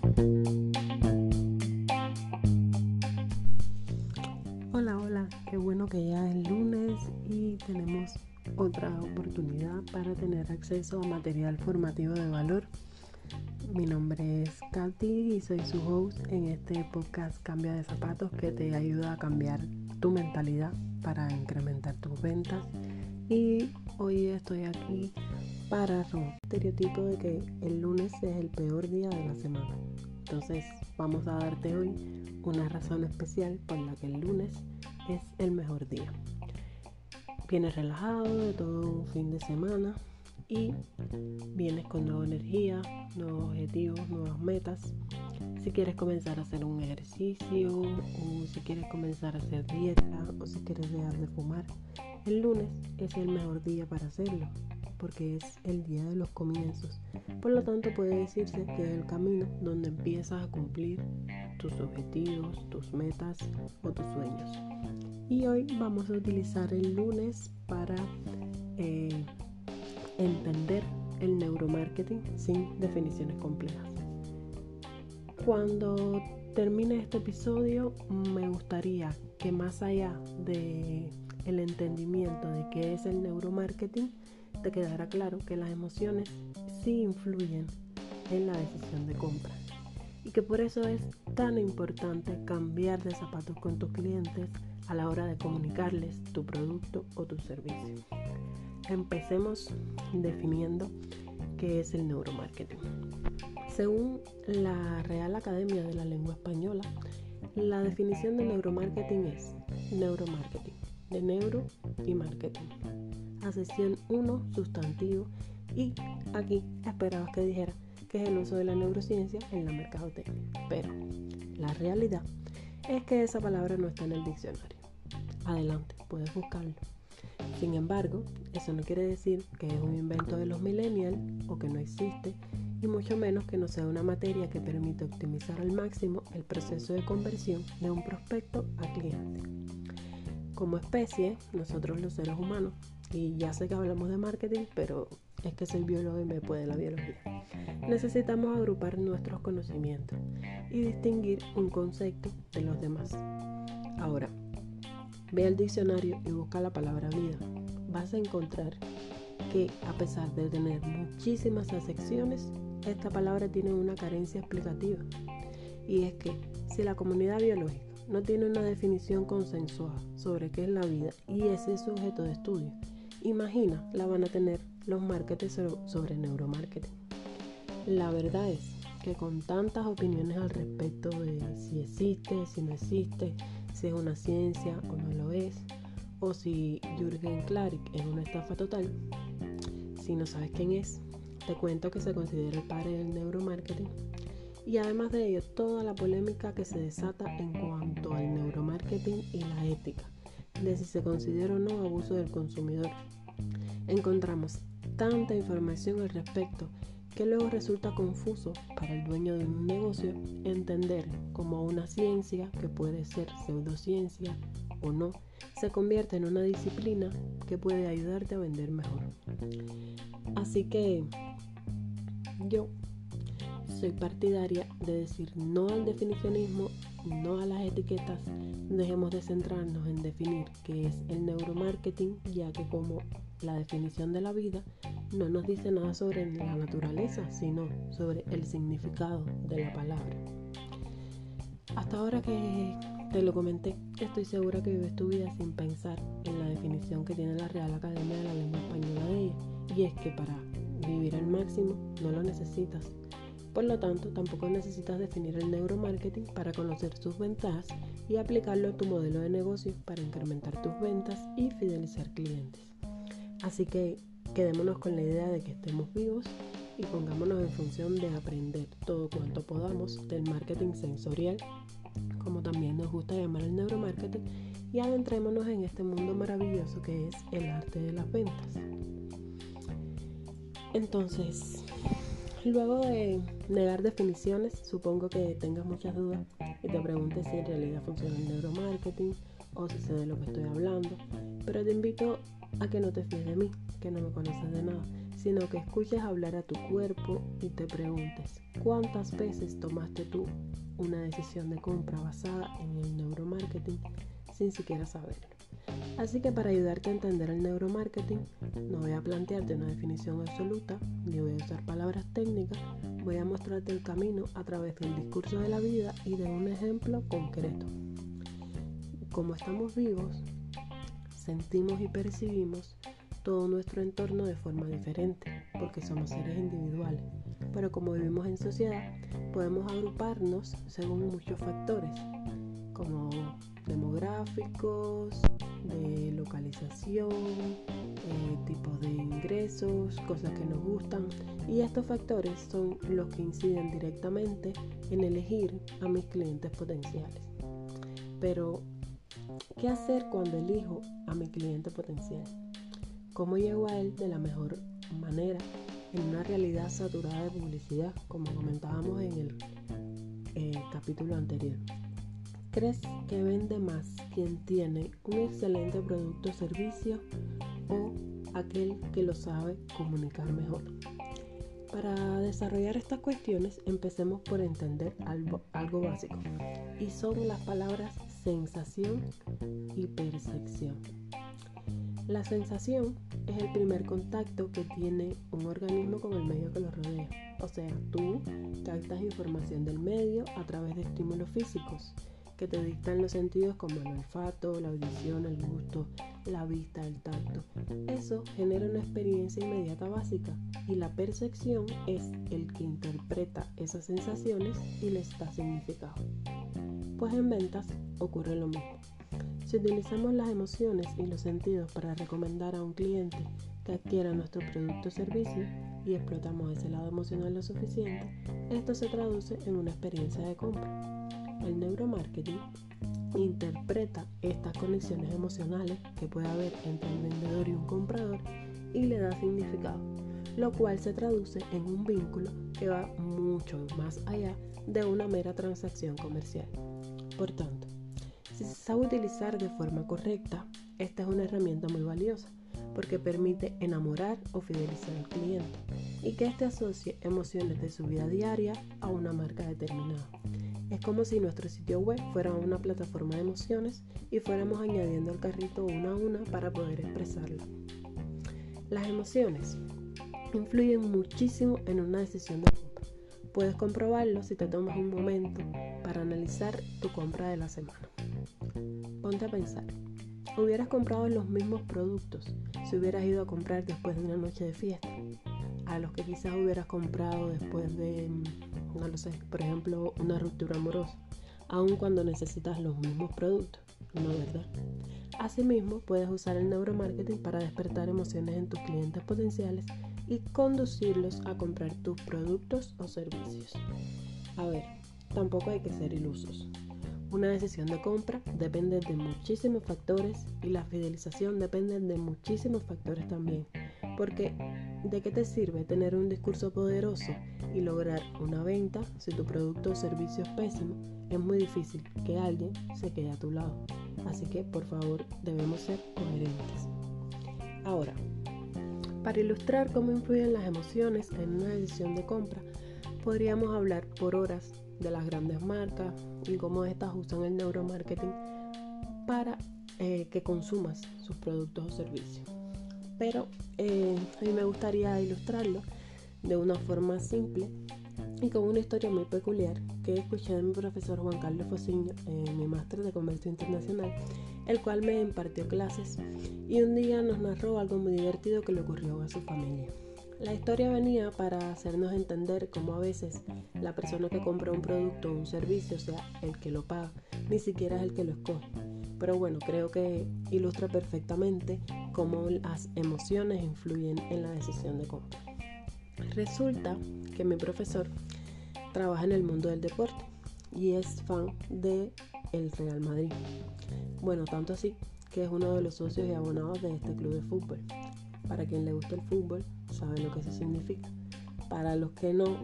Hola, qué bueno que ya es lunes y tenemos otra oportunidad para tener acceso a material formativo de valor. Mi nombre es Katy y soy su host en este podcast Cambia de Zapatos, que te ayuda a cambiar tu mentalidad para incrementar tus ventas. Y hoy estoy aquí para romper el estereotipo de que el lunes es el peor día de la semana. Entonces vamos a darte hoy una razón especial por la que el lunes es el mejor día. Vienes relajado de todo un fin de semana y vienes con nueva energía, nuevos objetivos, nuevas metas. Si quieres comenzar a hacer un ejercicio, o si quieres comenzar a hacer dieta, o si quieres dejar de fumar, el lunes es el mejor día para hacerlo, porque es el día de los comienzos. Por lo tanto, puede decirse que es el camino donde empiezas a cumplir tus objetivos, tus metas o tus sueños. Y hoy vamos a utilizar el lunes para entender el neuromarketing sin definiciones complejas. Cuando termine este episodio, me gustaría que más allá de el entendimiento de qué es el neuromarketing, te quedará claro que las emociones sí influyen en la decisión de compra y que por eso es tan importante cambiar de zapatos con tus clientes a la hora de comunicarles tu producto o tu servicio. Empecemos definiendo qué es el neuromarketing. Según la Real Academia de la Lengua Española, la definición de neuromarketing es neuromarketing, de neuro y marketing. Acepción 1, sustantivo, y aquí esperabas que dijera que es el uso de la neurociencia en la mercadotecnia, pero la realidad es que esa palabra no está en el diccionario. Adelante, puedes buscarlo. Sin embargo, eso no quiere decir que es un invento de los millennials o que no existe, y mucho menos que no sea una materia que permite optimizar al máximo el proceso de conversión de un prospecto a cliente. Como especie, nosotros los seres humanos, y ya sé que hablamos de marketing, pero es que soy bióloga y me puede la biología, necesitamos agrupar nuestros conocimientos y distinguir un concepto de los demás. Ahora, ve al diccionario y busca la palabra vida. Vas a encontrar que, a pesar de tener muchísimas acepciones, esta palabra tiene una carencia explicativa. Y es que si la comunidad biológica no tiene una definición consensuada sobre qué es la vida y ese es su objeto de estudio, imagina la van a tener los marketers sobre neuromarketing. La verdad es que con tantas opiniones al respecto de si existe, si no existe, si es una ciencia o no lo es, o si Jürgen Klarik es una estafa total, si no sabes quién es, te cuento que se considera el padre del neuromarketing. Y además de ello, toda la polémica que se desata en cuanto al neuromarketing y la ética, de si se considera o no abuso del consumidor. Encontramos tanta información al respecto que luego resulta confuso para el dueño de un negocio entender cómo una ciencia, que puede ser pseudociencia o no, se convierte en una disciplina que puede ayudarte a vender mejor. Así que yo soy partidaria de decir no al definicionismo, no a las etiquetas. Dejemos de centrarnos en definir qué es el neuromarketing, ya que como la definición de la vida no nos dice nada sobre la naturaleza, sino sobre el significado de la palabra. Hasta ahora que te lo comenté, estoy segura que vives tu vida sin pensar en la definición que tiene la Real Academia de la Lengua Española de ella, y es que para vivir al máximo no lo necesitas. Por lo tanto, tampoco necesitas definir el neuromarketing para conocer sus ventajas y aplicarlo a tu modelo de negocio para incrementar tus ventas y fidelizar clientes. Así que quedémonos con la idea de que estemos vivos y pongámonos en función de aprender todo cuanto podamos del marketing sensorial, como también nos gusta llamar el neuromarketing, y adentrémonos en este mundo maravilloso que es el arte de las ventas. Entonces, luego de negar definiciones, supongo que tengas muchas dudas y te preguntes si en realidad funciona el neuromarketing o si sé de lo que estoy hablando, pero te invito a que no te fíes de mí, que no me conoces de nada, sino que escuches hablar a tu cuerpo y te preguntes cuántas veces tomaste tú una decisión de compra basada en el neuromarketing sin siquiera saberlo. Así que para ayudarte a entender el neuromarketing, no voy a plantearte una definición absoluta, ni voy a usar palabras técnicas, voy a mostrarte el camino a través del discurso de la vida y de un ejemplo concreto. Como estamos vivos, sentimos y percibimos todo nuestro entorno de forma diferente, porque somos seres individuales, pero como vivimos en sociedad, podemos agruparnos según muchos factores, como demográficos, de localización, tipos de ingresos, cosas que nos gustan, y estos factores son los que inciden directamente en elegir a mis clientes potenciales. Pero, ¿qué hacer cuando elijo a mi cliente potencial? ¿Cómo llego a él de la mejor manera en una realidad saturada de publicidad, como comentábamos en el capítulo anterior? ¿Crees que vende más quien tiene un excelente producto o servicio o aquel que lo sabe comunicar mejor? Para desarrollar estas cuestiones, empecemos por entender algo básico, y son las palabras sensación y percepción. La sensación es el primer contacto que tiene un organismo con el medio que lo rodea. O sea, tú captas información del medio a través de estímulos físicos que te dictan los sentidos como el olfato, la audición, el gusto, la vista, el tacto. Eso genera una experiencia inmediata básica, y la percepción es el que interpreta esas sensaciones y les da significado. Pues en ventas ocurre lo mismo. Si utilizamos las emociones y los sentidos para recomendar a un cliente que adquiera nuestro producto o servicio y explotamos ese lado emocional lo suficiente, esto se traduce en una experiencia de compra. El neuromarketing interpreta estas conexiones emocionales que puede haber entre el vendedor y un comprador y le da significado, lo cual se traduce en un vínculo que va mucho más allá de una mera transacción comercial. Por tanto, si se sabe utilizar de forma correcta, esta es una herramienta muy valiosa porque permite enamorar o fidelizar al cliente y que éste asocie emociones de su vida diaria a una marca determinada. Es como si nuestro sitio web fuera una plataforma de emociones y fuéramos añadiendo al carrito una a una para poder expresarla. Las emociones influyen muchísimo en una decisión de compra. Puedes comprobarlo si te tomas un momento para analizar tu compra de la semana. Ponte a pensar, ¿hubieras comprado los mismos productos si hubieras ido a comprar después de una noche de fiesta? A los que quizás hubieras comprado después de, no lo sé, por ejemplo, una ruptura amorosa, aun cuando necesitas los mismos productos, ¿no, verdad? Asimismo, puedes usar el neuromarketing para despertar emociones en tus clientes potenciales y conducirlos a comprar tus productos o servicios. A ver, tampoco hay que ser ilusos. Una decisión de compra depende de muchísimos factores y la fidelización depende de muchísimos factores también. Porque, ¿de qué te sirve tener un discurso poderoso y lograr una venta si tu producto o servicio es pésimo? Es muy difícil que alguien se quede a tu lado. Así que, por favor, debemos ser coherentes. Ahora, para ilustrar cómo influyen las emociones en una decisión de compra, podríamos hablar por horas de las grandes marcas y cómo estas usan el neuromarketing para que consumas sus productos o servicios. Pero a mí me gustaría ilustrarlo de una forma simple y con una historia muy peculiar que escuché de mi profesor Juan Carlos Fociño en mi máster de comercio internacional, el cual me impartió clases y un día nos narró algo muy divertido que le ocurrió a su familia. La historia venía para hacernos entender cómo a veces la persona que compra un producto o un servicio, o sea, el que lo paga, ni siquiera es el que lo escoge. Pero bueno, creo que ilustra perfectamente cómo las emociones influyen en la decisión de compra. Resulta que mi profesor trabaja en el mundo del deporte y es fan del Real Madrid. Bueno, tanto así que es uno de los socios y abonados de este club de fútbol. Para quien le gusta el fútbol, sabe lo que eso significa. Para los que no,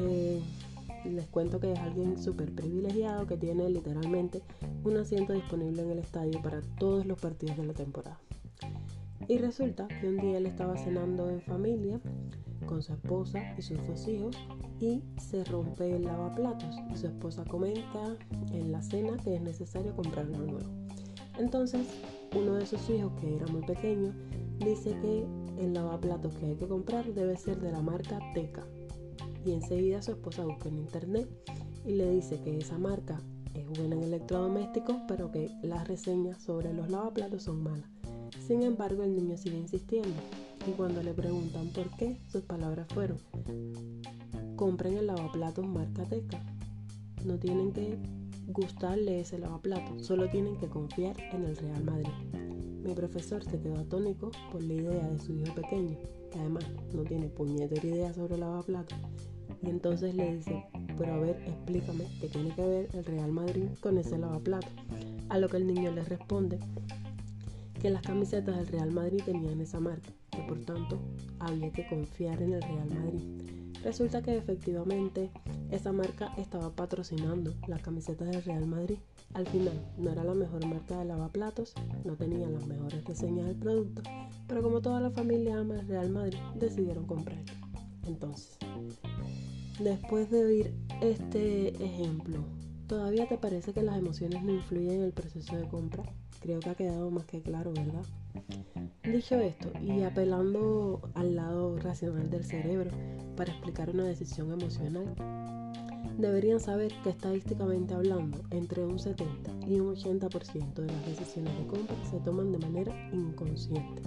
les cuento que es alguien súper privilegiado que tiene literalmente un asiento disponible en el estadio para todos los partidos de la temporada. Y resulta que un día él estaba cenando en familia con su esposa y sus 2 hijos y se rompe el lavaplatos y su esposa comenta en la cena que es necesario comprar uno nuevo. Entonces uno de sus hijos, que era muy pequeño, dice que el lavaplatos que hay que comprar debe ser de la marca Teca, y enseguida su esposa busca en internet y le dice que esa marca es buena en electrodomésticos, pero que las reseñas sobre los lavaplatos son malas. Sin embargo, el niño sigue insistiendo, y cuando le preguntan por qué, sus palabras fueron: compren el lavaplatos marca Teca. No tienen que gustarle ese lavaplatos, solo tienen que confiar en el Real Madrid. Mi profesor se quedó atónico por la idea de su hijo pequeño, que además no tiene puñetera idea sobre lavaplatos, y entonces le dice: pero a ver, explícame qué tiene que ver el Real Madrid con ese lavaplatos. A lo que el niño le responde que las camisetas del Real Madrid tenían esa marca, que por tanto había que confiar en el Real Madrid. Resulta que efectivamente esa marca estaba patrocinando las camisetas del Real Madrid. Al final no era la mejor marca de lavaplatos, no tenían las mejores reseñas del producto, pero como toda la familia ama el Real Madrid, decidieron comprarlo. Entonces, después de oír este ejemplo, ¿todavía te parece que las emociones no influyen en el proceso de compra? Creo que ha quedado más que claro, ¿verdad? Dicho esto, y apelando al lado racional del cerebro para explicar una decisión emocional, deberían saber que estadísticamente hablando, entre un 70 y un 80% de las decisiones de compra se toman de manera inconsciente.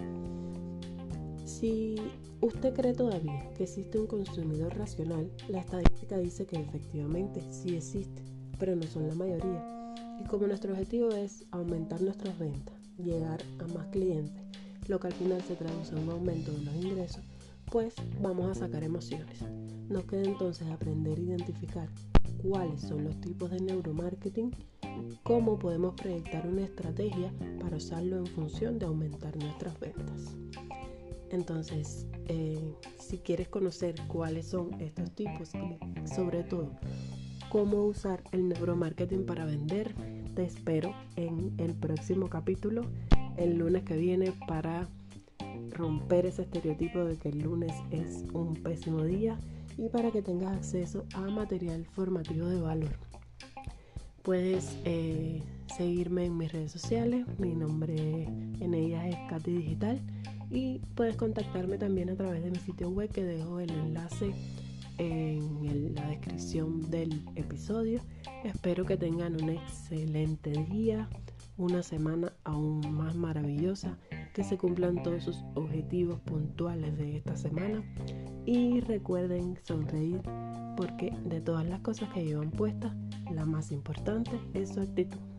Si usted cree todavía que existe un consumidor racional, la estadística dice que efectivamente sí existe, pero no son la mayoría. Y como nuestro objetivo es aumentar nuestras ventas, llegar a más clientes, lo que al final se traduce en un aumento de los ingresos, pues vamos a sacar emociones. Nos queda entonces aprender a identificar cuáles son los tipos de neuromarketing, cómo podemos proyectar una estrategia para usarlo en función de aumentar nuestras ventas. Entonces, si quieres conocer cuáles son estos tipos y sobre todo cómo usar el neuromarketing para vender, te espero en el próximo capítulo, el lunes que viene, para romper ese estereotipo de que el lunes es un pésimo día y para que tengas acceso a material formativo de valor. Puedes seguirme en mis redes sociales, mi nombre en ellas es Katy Digital, y puedes contactarme también a través de mi sitio web, que dejo el enlace en la descripción del episodio. Espero que tengan un excelente día, una semana aún más maravillosa, que se cumplan todos sus objetivos puntuales de esta semana, y recuerden sonreír, porque de todas las cosas que llevan puestas, la más importante es su actitud.